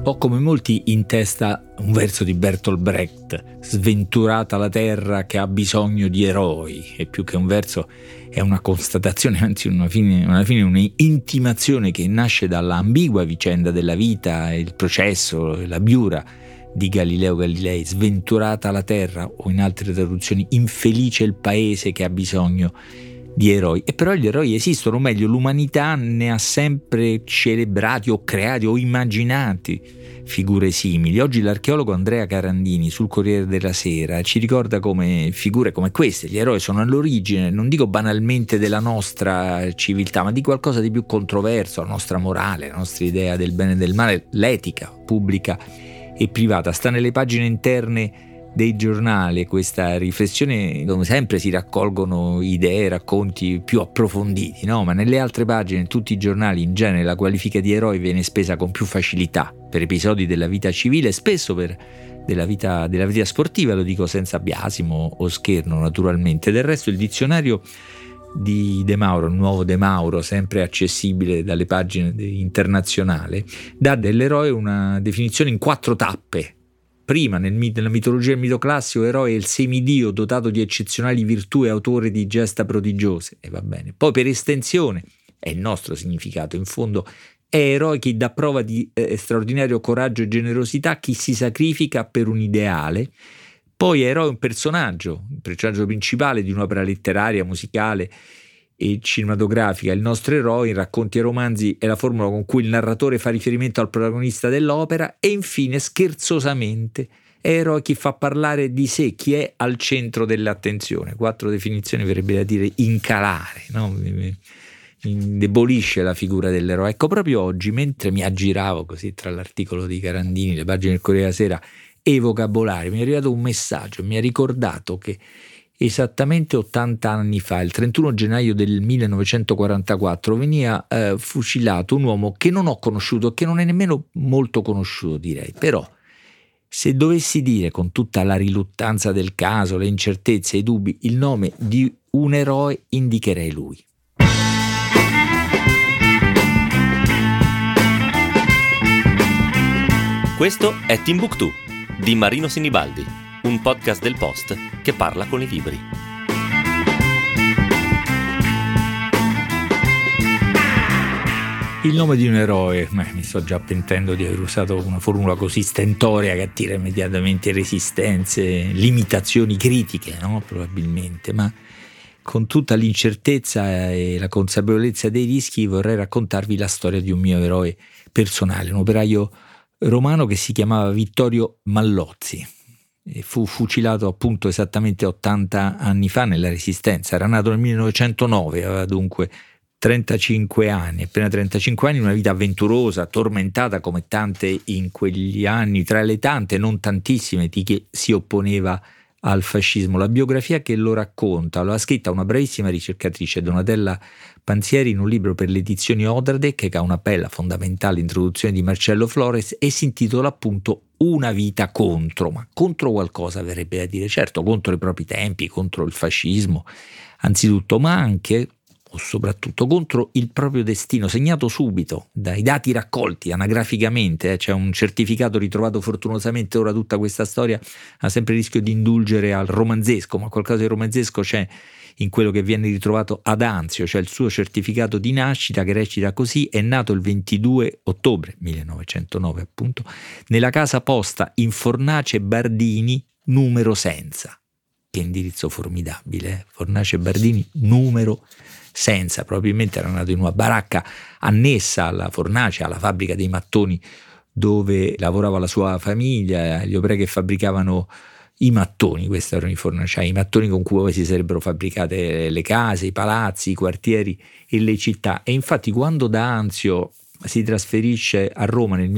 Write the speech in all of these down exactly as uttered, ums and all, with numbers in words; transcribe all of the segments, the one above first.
Ho come molti in testa un verso di Bertolt Brecht: sventurata la terra che ha bisogno di eroi. E più che un verso è una constatazione, anzi una fine, una fine un'intimazione che nasce dalla ambigua vicenda della vita, il processo, la biura di Galileo Galilei. Sventurata la terra, o in altre traduzioni infelice il paese che ha bisogno di eroi. E però gli eroi esistono, o meglio l'umanità ne ha sempre celebrati o creati o immaginati figure simili. Oggi l'archeologo Andrea Carandini sul Corriere della Sera ci ricorda come figure come queste, gli eroi, sono all'origine, non dico banalmente della nostra civiltà, ma di qualcosa di più controverso, la nostra morale, la nostra idea del bene e del male, l'etica pubblica e privata. Sta nelle pagine interne dei giornali questa riflessione, come sempre si raccolgono idee, racconti più approfonditi, no? Ma nelle altre pagine, in tutti i giornali in genere, la qualifica di eroe viene spesa con più facilità per episodi della vita civile, spesso per della vita, della vita sportiva, lo dico senza biasimo o scherno naturalmente. Del resto il dizionario di De Mauro, il nuovo De Mauro, sempre accessibile dalle pagine internazionali, dà dell'eroe una definizione in quattro tappe. Prima, nel, nella mitologia e il mito classico, eroe è il semidio dotato di eccezionali virtù e autore di gesta prodigiose, e va bene. Poi per estensione, è il nostro significato, in fondo è eroe chi dà prova di eh, straordinario coraggio e generosità, chi si sacrifica per un ideale. Poi è eroe un personaggio, il personaggio principale di un'opera letteraria, musicale e cinematografica. Il nostro eroe in racconti e romanzi è la formula con cui il narratore fa riferimento al protagonista dell'opera. E infine, scherzosamente, è eroe chi fa parlare di sé, chi è al centro dell'attenzione. Quattro definizioni, verrebbe da dire incalare, no? Indebolisce la figura dell'eroe. Ecco, proprio oggi, mentre mi aggiravo così tra l'articolo di Carandini, le pagine del Corriere della Sera e i vocabolari, mi è arrivato un messaggio, mi ha ricordato che esattamente ottanta anni fa, il trentuno gennaio del millenovecentoquarantaquattro, veniva eh, fucilato un uomo che non ho conosciuto, che non è nemmeno molto conosciuto, direi. Però, se dovessi dire con tutta la riluttanza del caso, le incertezze e i dubbi, il nome di un eroe, indicherei lui. Questo è Timbuktu di Marino Sinibaldi, un podcast del Post che parla con i libri. Il nome di un eroe, beh, mi sto già pentendo di aver usato una formula così stentorea che attira immediatamente resistenze, limitazioni critiche, no? Probabilmente, ma con tutta l'incertezza e la consapevolezza dei rischi vorrei raccontarvi la storia di un mio eroe personale, un operaio romano che si chiamava Vittorio Mallozzi. E fu fucilato appunto esattamente ottanta anni fa nella Resistenza. Era nato nel millenovecentonove, aveva dunque trentacinque anni, appena trentacinque anni, una vita avventurosa, tormentata come tante in quegli anni, tra le tante, non tantissime, di chi si opponeva al fascismo. La biografia che lo racconta l'ha scritta una bravissima ricercatrice, Donatella Panzieri, in un libro per le edizioni Odrade, che ha una bella fondamentale introduzione di Marcello Flores, e si intitola appunto Una vita contro, ma contro qualcosa verrebbe a dire, certo contro i propri tempi, contro il fascismo anzitutto, ma anche o soprattutto contro il proprio destino, segnato subito dai dati raccolti anagraficamente. Eh, c'è un certificato ritrovato fortunosamente. Ora tutta questa storia ha sempre il rischio di indulgere al romanzesco, ma qualcosa di romanzesco c'è in quello che viene ritrovato ad Anzio, cioè il suo certificato di nascita, che recita così: è nato il ventidue ottobre millenovecentonove, appunto, nella casa posta in Fornace Bardini, numero senza. Che indirizzo formidabile, eh? Fornace Bardini, numero senza. Probabilmente era nato in una baracca annessa alla fornace, alla fabbrica dei mattoni dove lavorava la sua famiglia, gli operai che fabbricavano i mattoni. Questi erano i fornaciai, i mattoni con cui poi si sarebbero fabbricate le case, i palazzi, i quartieri e le città. E infatti quando da Anzio si trasferisce a Roma nel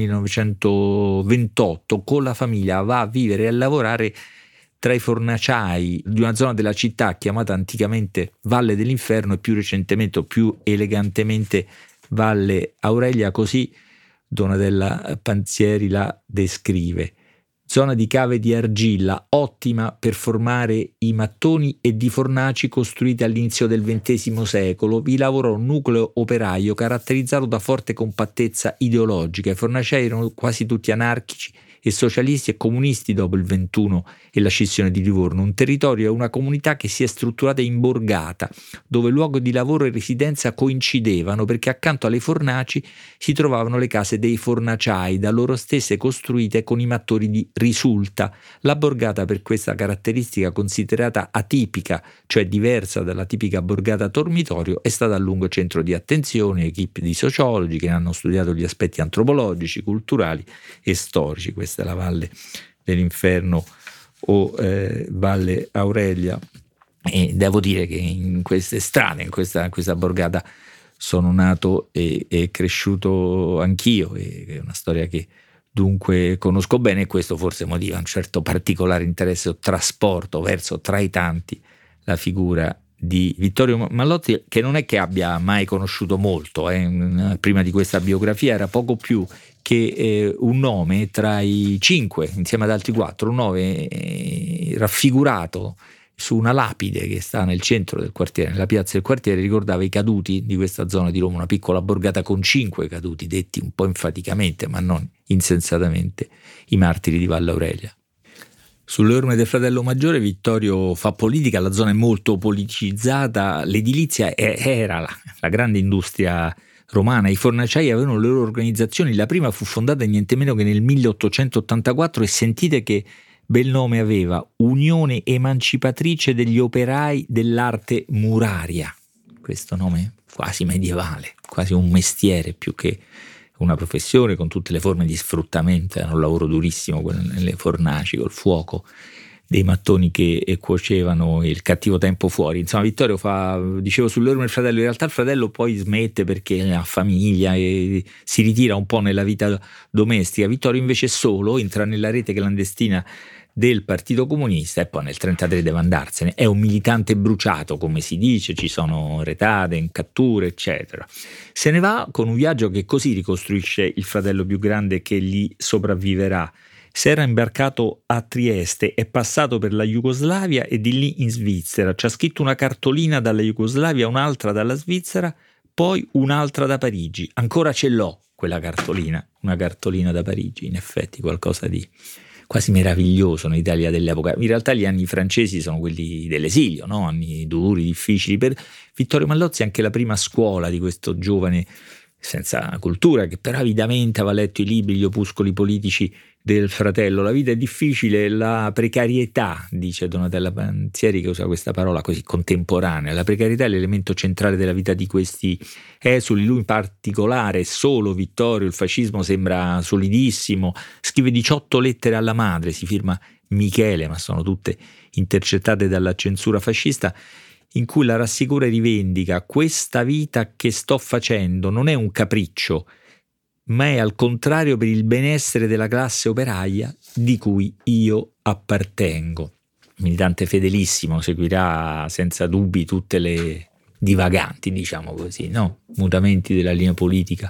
millenovecentoventotto, con la famiglia va a vivere e a lavorare tra i fornaciai di una zona della città chiamata anticamente Valle dell'Inferno e più recentemente o più elegantemente Valle Aurelia, così Donatella Panzieri la descrive. zona di cave di argilla, ottima per formare i mattoni e di fornaci costruite all'inizio del ventesimo secolo. Vi lavorò un nucleo operaio caratterizzato da forte compattezza ideologica. I fornaciai erano quasi tutti anarchici e socialisti e comunisti dopo il ventuno e la scissione di Livorno, un territorio e una comunità che si è strutturata in borgata, dove luogo di lavoro e residenza coincidevano, perché accanto alle fornaci si trovavano le case dei fornaciai, da loro stesse costruite con i mattoni di risulta. La borgata, per questa caratteristica considerata atipica, cioè diversa dalla tipica borgata dormitorio, è stata a lungo centro di attenzione, equip di sociologi che hanno studiato gli aspetti antropologici, culturali e storici. Questa è la Valle dell'Inferno o eh, Valle Aurelia, e devo dire che in queste strade, in questa, in questa borgata sono nato e, e cresciuto anch'io, e è una storia che dunque conosco bene, e questo forse motiva un certo particolare interesse o trasporto verso, tra i tanti, la figura di Vittorio Mallozi, che non è che abbia mai conosciuto molto, eh. Prima di questa biografia era poco più che eh, un nome tra i cinque, insieme ad altri quattro, un nome eh, raffigurato su una lapide che sta nel centro del quartiere, nella piazza del quartiere, ricordava i caduti di questa zona di Roma, una piccola borgata con cinque caduti, detti un po' enfaticamente ma non insensatamente i martiri di Valle Aurelia. Sulle orme del fratello maggiore Vittorio fa politica, la zona è molto politicizzata, l'edilizia era la, la grande industria romana, i fornaciai avevano le loro organizzazioni, la prima fu fondata niente meno che nel milleottocentottantaquattro, e sentite che bel nome aveva: Unione Emancipatrice degli Operai dell'Arte Muraria. Questo nome quasi medievale, quasi un mestiere più che una professione, con tutte le forme di sfruttamento. Era un lavoro durissimo nelle fornaci, col fuoco dei mattoni che cuocevano il cattivo tempo fuori. Insomma, Vittorio fa, dicevo, sulle orme del fratello, in realtà il fratello poi smette perché ha famiglia e si ritira un po' nella vita domestica. Vittorio invece solo entra nella rete clandestina del Partito Comunista e poi nel trentatré deve andarsene. È un militante bruciato, come si dice, ci sono retate, incatture, eccetera. Se ne va con un viaggio che così ricostruisce il fratello più grande che gli sopravviverà. Si era imbarcato a Trieste, è passato per la Jugoslavia e di lì in Svizzera. Ci ha scritto una cartolina dalla Jugoslavia, un'altra dalla Svizzera, poi un'altra da Parigi. Ancora ce l'ho quella cartolina, una cartolina da Parigi, in effetti qualcosa di quasi meraviglioso nell'Italia dell'epoca. In realtà gli anni francesi sono quelli dell'esilio, no? Anni duri, difficili. Per Vittorio Mallozzi anche la prima scuola di questo giovane senza cultura, che però avidamente aveva letto i libri, gli opuscoli politici del fratello. La vita è difficile, la precarietà, dice Donatella Panzieri, che usa questa parola così contemporanea. La precarietà è l'elemento centrale della vita di questi esuli, lui in particolare, solo Vittorio, il fascismo sembra solidissimo, scrive diciotto lettere alla madre, si firma Michele, ma sono tutte intercettate dalla censura fascista, in cui la rassicura e rivendica: questa vita che sto facendo non è un capriccio, ma è al contrario per il benessere della classe operaia di cui io appartengo. Militante fedelissimo, seguirà senza dubbi tutte le divaganti, diciamo così, no? mutamenti della linea politica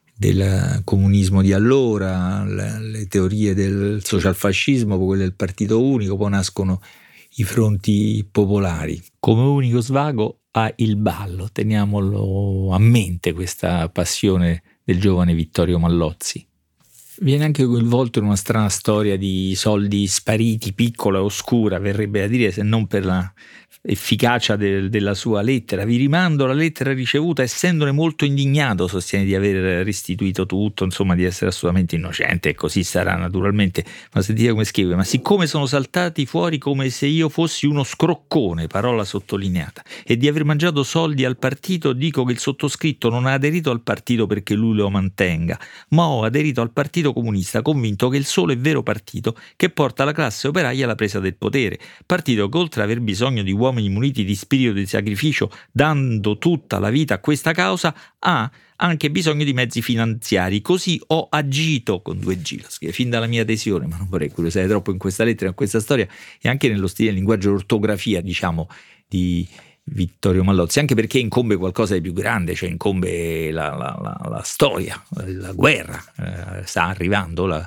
del comunismo di allora, le, le teorie del socialfascismo, poi quelle del partito unico, poi nascono i fronti popolari. Come unico svago ha il ballo, teniamolo a mente questa passione del giovane Vittorio Mallozzi. Viene anche coinvolto in una strana storia di soldi spariti, piccola e oscura, verrebbe a dire, se non per la efficacia del, della sua lettera. Vi rimando la lettera ricevuta, essendone molto indignato, sostiene di aver restituito tutto, insomma di essere assolutamente innocente, e così sarà naturalmente, ma sentite come scrive: ma siccome sono saltati fuori come se io fossi uno scroccone, parola sottolineata, e di aver mangiato soldi al partito, dico che il sottoscritto non ha aderito al partito perché lui lo mantenga, ma ho aderito al Partito Comunista convinto che il solo e vero partito che porta la classe operaia alla presa del potere, partito che oltre ad aver bisogno di uomini muniti di spirito di sacrificio, dando tutta la vita a questa causa, ha anche bisogno di mezzi finanziari. Così ho agito con due G, lo scrive fin dalla mia adesione, ma non vorrei curiosare troppo in questa lettera, in questa storia, e anche nello stile, nel linguaggio, l'ortografia, diciamo, di Vittorio Mallozzi, anche perché incombe qualcosa di più grande, cioè incombe la, la, la, la storia, la guerra, eh, sta arrivando la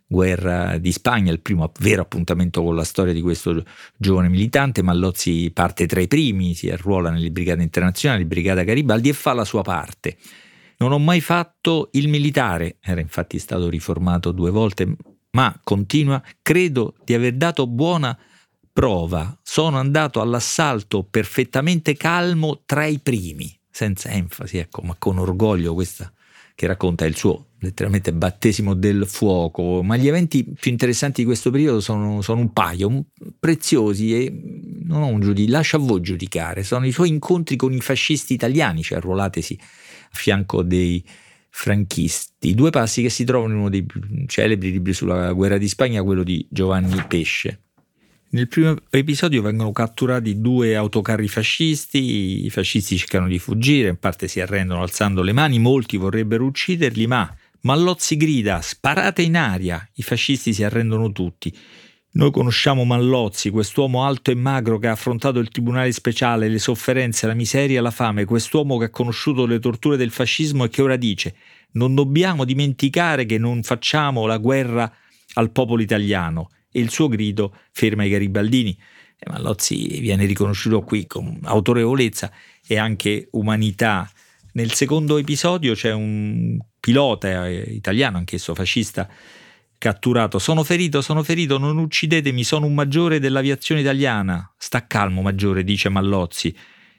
guerra di Spagna, il primo vero appuntamento con la storia di questo giovane militante. Mallozzi parte tra i primi, si arruola nelle brigate internazionali, Brigata Garibaldi, e fa la sua parte. Non ho mai fatto il militare, era infatti stato riformato due volte, ma continua, credo di aver dato buona prova, sono andato all'assalto perfettamente calmo tra i primi, senza enfasi, ecco, ma con orgoglio, questa che racconta il suo letteralmente battesimo del fuoco. Ma gli eventi più interessanti di questo periodo sono, sono un paio, preziosi, e non ho un giudizio, lascia a voi giudicare. Sono i suoi incontri con i fascisti italiani, cioè arruolatesi a fianco dei franchisti. Due passi che si trovano in uno dei più celebri libri sulla guerra di Spagna, quello di Giovanni Pesce. Nel primo episodio vengono catturati due autocarri fascisti, i fascisti cercano di fuggire, in parte si arrendono alzando le mani, molti vorrebbero ucciderli, ma Mallozzi grida: sparate in aria, i fascisti si arrendono tutti. Noi conosciamo Mallozzi, quest'uomo alto e magro che ha affrontato il tribunale speciale, le sofferenze, la miseria, la fame, quest'uomo che ha conosciuto le torture del fascismo e che ora dice: non dobbiamo dimenticare che non facciamo la guerra al popolo italiano. E il suo grido ferma i garibaldini. E Mallozzi viene riconosciuto qui con autorevolezza e anche umanità. Nel secondo episodio c'è un pilota italiano, anch'esso fascista, catturato. Sono ferito, sono ferito, non uccidetemi, sono un maggiore dell'aviazione italiana. Sta calmo, maggiore, dice Mallozzi.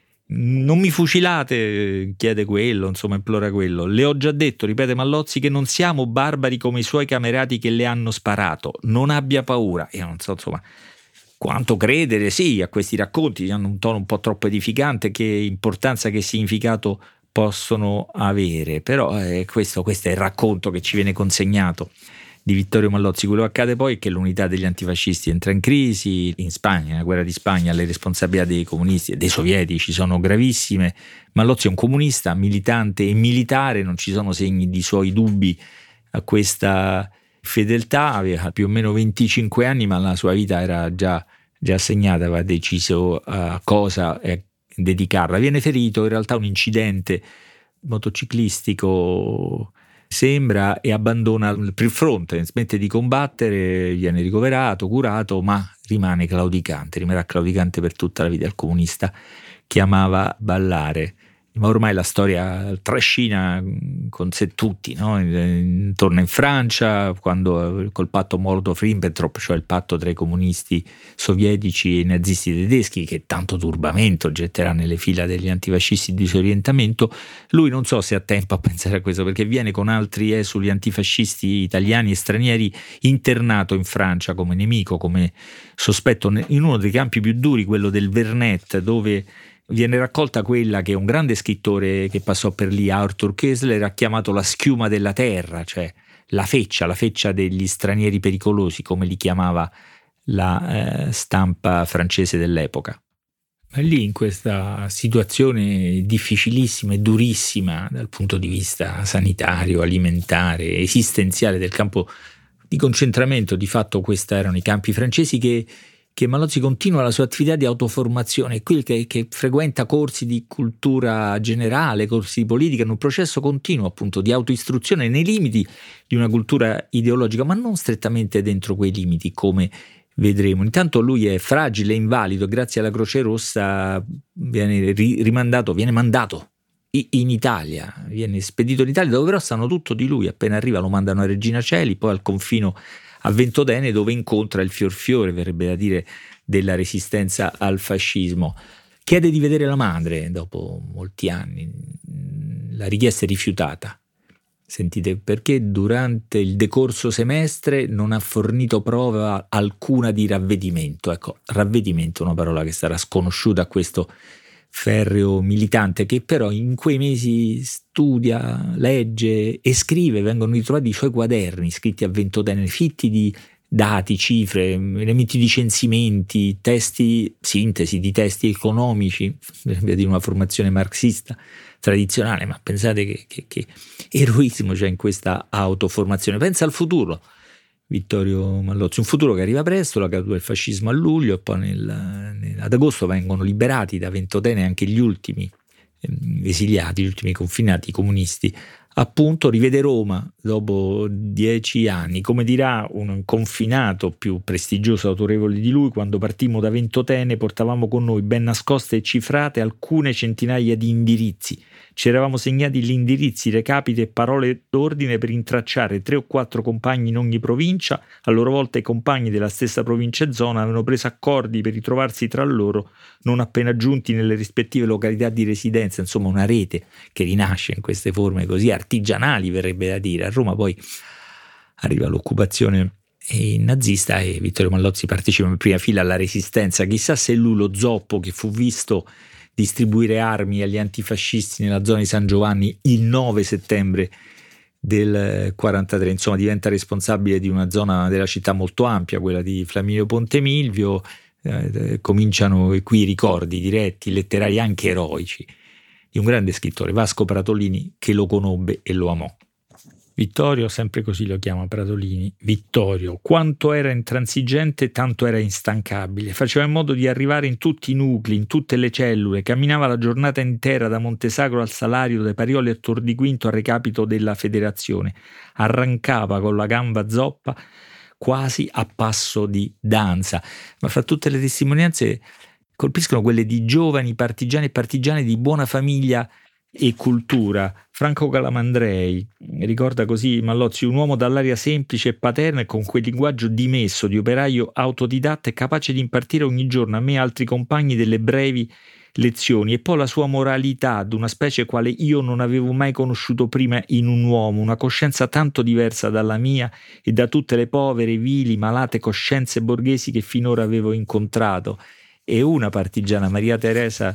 Non mi fucilate, chiede quello, insomma implora quello. Le ho già detto, ripete Mallozzi, che non siamo barbari come i suoi camerati che le hanno sparato. Non abbia paura. Io non so, insomma, quanto credere, sì, a questi racconti, hanno un tono un po' troppo edificante, che importanza, che significato possono avere. Però eh, questo, questo è il racconto che ci viene consegnato di Vittorio Mallozzi. Quello che accade poi è che l'unità degli antifascisti entra in crisi. In Spagna, nella guerra di Spagna, le responsabilità dei comunisti e dei sovietici sono gravissime. Mallozzi è un comunista, militante e militare, non ci sono segni di suoi dubbi a questa fedeltà. Aveva più o meno venticinque anni, ma la sua vita era già, già segnata, aveva deciso a cosa dedicarla. Viene ferito, in realtà un incidente motociclistico sembra, e abbandona il fronte, smette di combattere, viene ricoverato, curato, ma rimane claudicante, rimarrà claudicante per tutta la vita. Il comunista che amava ballare, ma ormai la storia trascina con sé tutti, no? Torna in Francia quando col patto Molotov-Ribbentrop, cioè il patto tra i comunisti sovietici e i nazisti tedeschi, che tanto turbamento getterà nelle fila degli antifascisti di disorientamento. Lui non so se ha tempo a pensare a questo, perché viene con altri esuli antifascisti italiani e stranieri internato in Francia come nemico, come sospetto, in uno dei campi più duri, quello del Vernet, dove viene raccolta quella che un grande scrittore che passò per lì, Arthur Koestler, ha chiamato la schiuma della terra, cioè la feccia, la feccia degli stranieri pericolosi, come li chiamava la eh, stampa francese dell'epoca. Ma lì, in questa situazione difficilissima e durissima dal punto di vista sanitario, alimentare, esistenziale del campo di concentramento, di fatto questi erano i campi francesi, che che Mallozzi continua la sua attività di autoformazione, qui che, che frequenta corsi di cultura generale, corsi di politica, in un processo continuo appunto di autoistruzione nei limiti di una cultura ideologica, ma non strettamente dentro quei limiti, come vedremo. Intanto lui è fragile, invalido, e grazie alla Croce Rossa viene rimandato, viene mandato in Italia, viene spedito in Italia, dove però sanno tutto di lui. Appena arriva lo mandano a Regina Coeli, poi al confino a Ventotene, dove incontra il fior fiore, verrebbe da dire, della resistenza al fascismo. Chiede di vedere la madre dopo molti anni, la richiesta è rifiutata. Sentite, perché durante il decorso semestre non ha fornito prova alcuna di ravvedimento. Ecco, ravvedimento è una parola che sarà sconosciuta a questo ferreo militante, che però in quei mesi studia, legge e scrive. Vengono ritrovati i suoi quaderni scritti a Ventotene, fitti di dati, cifre, elementi di censimenti, testi, sintesi di testi economici, di una formazione marxista tradizionale. Ma pensate che, che, che eroismo c'è in questa autoformazione. Pensa al futuro, Vittorio Mallozzi, un futuro che arriva presto, la caduta del fascismo a luglio, e poi nel, nel, ad agosto vengono liberati da Ventotene anche gli ultimi eh, esiliati, gli ultimi confinati comunisti appunto rivede Roma dopo dieci anni. Come dirà un confinato più prestigioso e autorevole di lui, quando partimmo da Ventotene portavamo con noi ben nascoste e cifrate alcune centinaia di indirizzi. Ci eravamo segnati gli indirizzi, recapiti e parole d'ordine per intracciare tre o quattro compagni in ogni provincia. A loro volta i compagni della stessa provincia e zona avevano preso accordi per ritrovarsi tra loro non appena giunti nelle rispettive località di residenza. Insomma, una rete che rinasce in queste forme così artigianali, verrebbe da dire. A Roma poi arriva l'occupazione nazista e Vittorio Mallozzi partecipa in prima fila alla resistenza. Chissà se lui, lo zoppo che fu visto distribuire armi agli antifascisti nella zona di San Giovanni il nove settembre del quarantatré, insomma diventa responsabile di una zona della città molto ampia, quella di Flaminio Ponte Milvio. Eh, cominciano qui i ricordi diretti, letterari, anche eroici, di un grande scrittore, Vasco Pratolini, che lo conobbe e lo amò. Vittorio, sempre così lo chiama Pratolini, Vittorio, quanto era intransigente, tanto era instancabile, faceva in modo di arrivare in tutti i nuclei, in tutte le cellule, camminava la giornata intera da Montesacro al Salario, dai Parioli a Tor di Quinto al recapito della Federazione, arrancava con la gamba zoppa quasi a passo di danza. Ma fra tutte le testimonianze colpiscono quelle di giovani partigiani e partigiane di buona famiglia e cultura. Franco Calamandrei ricorda così Mallozzi: un uomo dall'aria semplice e paterna e con quel linguaggio dimesso di operaio autodidatta e capace di impartire ogni giorno a me e altri compagni delle brevi lezioni, e poi la sua moralità, d'una specie quale io non avevo mai conosciuto prima in un uomo, una coscienza tanto diversa dalla mia e da tutte le povere, vili, malate coscienze borghesi che finora avevo incontrato. E una partigiana, Maria Teresa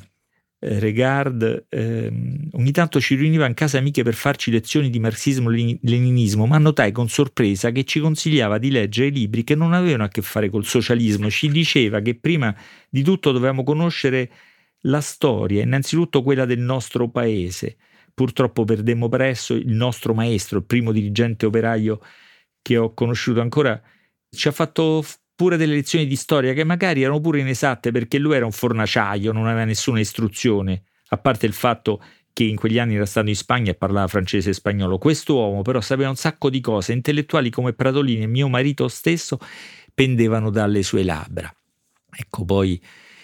Regard, ehm, ogni tanto ci riuniva in casa amiche per farci lezioni di marxismo-leninismo, ma notai con sorpresa che ci consigliava di leggere libri che non avevano a che fare col socialismo. Ci diceva che prima di tutto dovevamo conoscere la storia, innanzitutto quella del nostro paese. Purtroppo perdemmo presso il nostro maestro, il primo dirigente operaio che ho conosciuto ancora. Ci ha fatto pure delle lezioni di storia che magari erano pure inesatte, perché lui era un fornaciaio, non aveva nessuna istruzione, a parte il fatto che in quegli anni era stato in Spagna e parlava francese e spagnolo. Quest'uomo però sapeva un sacco di cose, intellettuali come Pratolini e mio marito stesso pendevano dalle sue labbra. Ecco, poi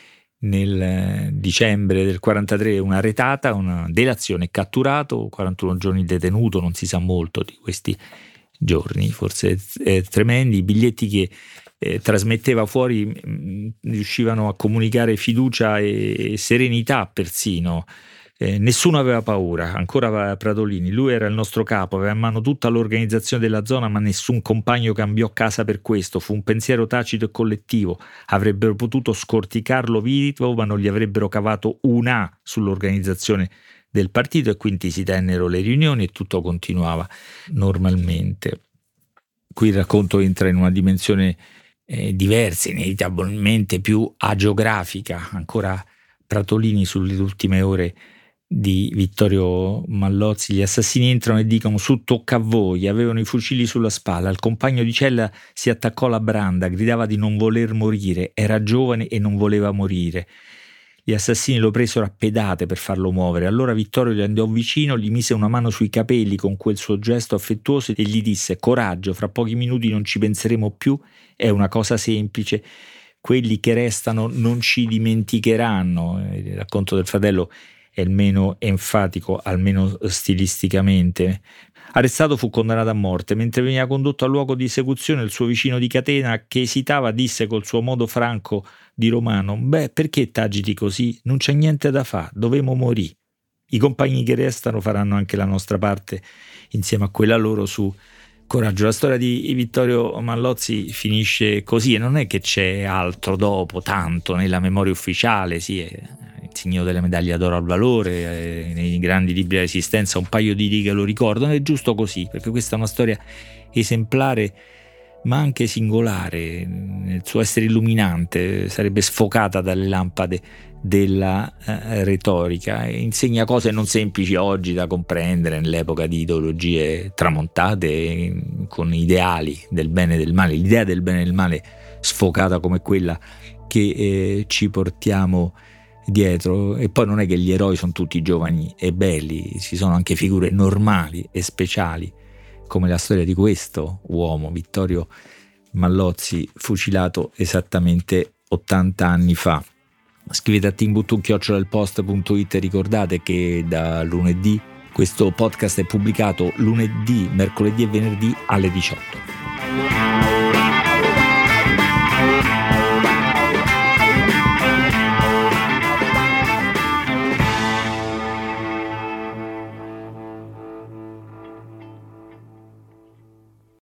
nel dicembre del quarantatré una retata, una delazione, catturato, quarantuno giorni detenuto, non si sa molto di questi giorni, forse eh, tremendi. I biglietti che eh, trasmetteva fuori mh, riuscivano a comunicare fiducia e, e serenità persino. Eh, nessuno aveva paura, ancora Pratolini, lui era il nostro capo, aveva in mano tutta l'organizzazione della zona, ma nessun compagno cambiò casa per questo. Fu un pensiero tacito e collettivo. Avrebbero potuto scorticarlo vivo, ma non gli avrebbero cavato un A sull'organizzazione del partito, e quindi si tennero le riunioni e tutto continuava normalmente. Qui il racconto entra in una dimensione eh, diversa, inevitabilmente più agiografica. Ancora Pratolini sulle ultime ore di Vittorio Mallozzi: gli assassini entrano e dicono su tocca a voi, avevano i fucili sulla spalla, il compagno di cella si attaccò alla branda, gridava di non voler morire, era giovane e non voleva morire. Gli assassini lo presero a pedate per farlo muovere. Allora Vittorio gli andò vicino, gli mise una mano sui capelli con quel suo gesto affettuoso e gli disse: coraggio, fra pochi minuti non ci penseremo più, è una cosa semplice, quelli che restano non ci dimenticheranno. Il racconto del fratello è il meno enfatico, almeno stilisticamente. Arrestato, fu condannato a morte. Mentre veniva condotto al luogo di esecuzione, il suo vicino di catena, che esitava, disse col suo modo franco di romano: beh, perché t'agiti così? Non c'è niente da fare, dovemo morì. I compagni che restano faranno anche la nostra parte insieme a quella loro su coraggio. La storia di Vittorio Mallozzi finisce così, e non è che c'è altro dopo, tanto nella memoria ufficiale. Sì, è insignito delle medaglie d'oro al valore, eh, nei grandi libri della Resistenza un paio di righe lo ricordano. È giusto così, perché questa è una storia esemplare ma anche singolare nel suo essere illuminante, sarebbe sfocata dalle lampade della eh, retorica, e insegna cose non semplici oggi da comprendere nell'epoca di ideologie tramontate con ideali del bene e del male. L'idea del bene e del male sfocata come quella che eh, ci portiamo dietro. E poi non è che gli eroi sono tutti giovani e belli, ci sono anche figure normali e speciali, come la storia di questo uomo, Vittorio Mallozzi, fucilato esattamente ottanta anni fa. Scrivete a timbuktu chiocciola il post punto it e ricordate che da lunedì questo podcast è pubblicato lunedì, mercoledì e venerdì alle diciotto.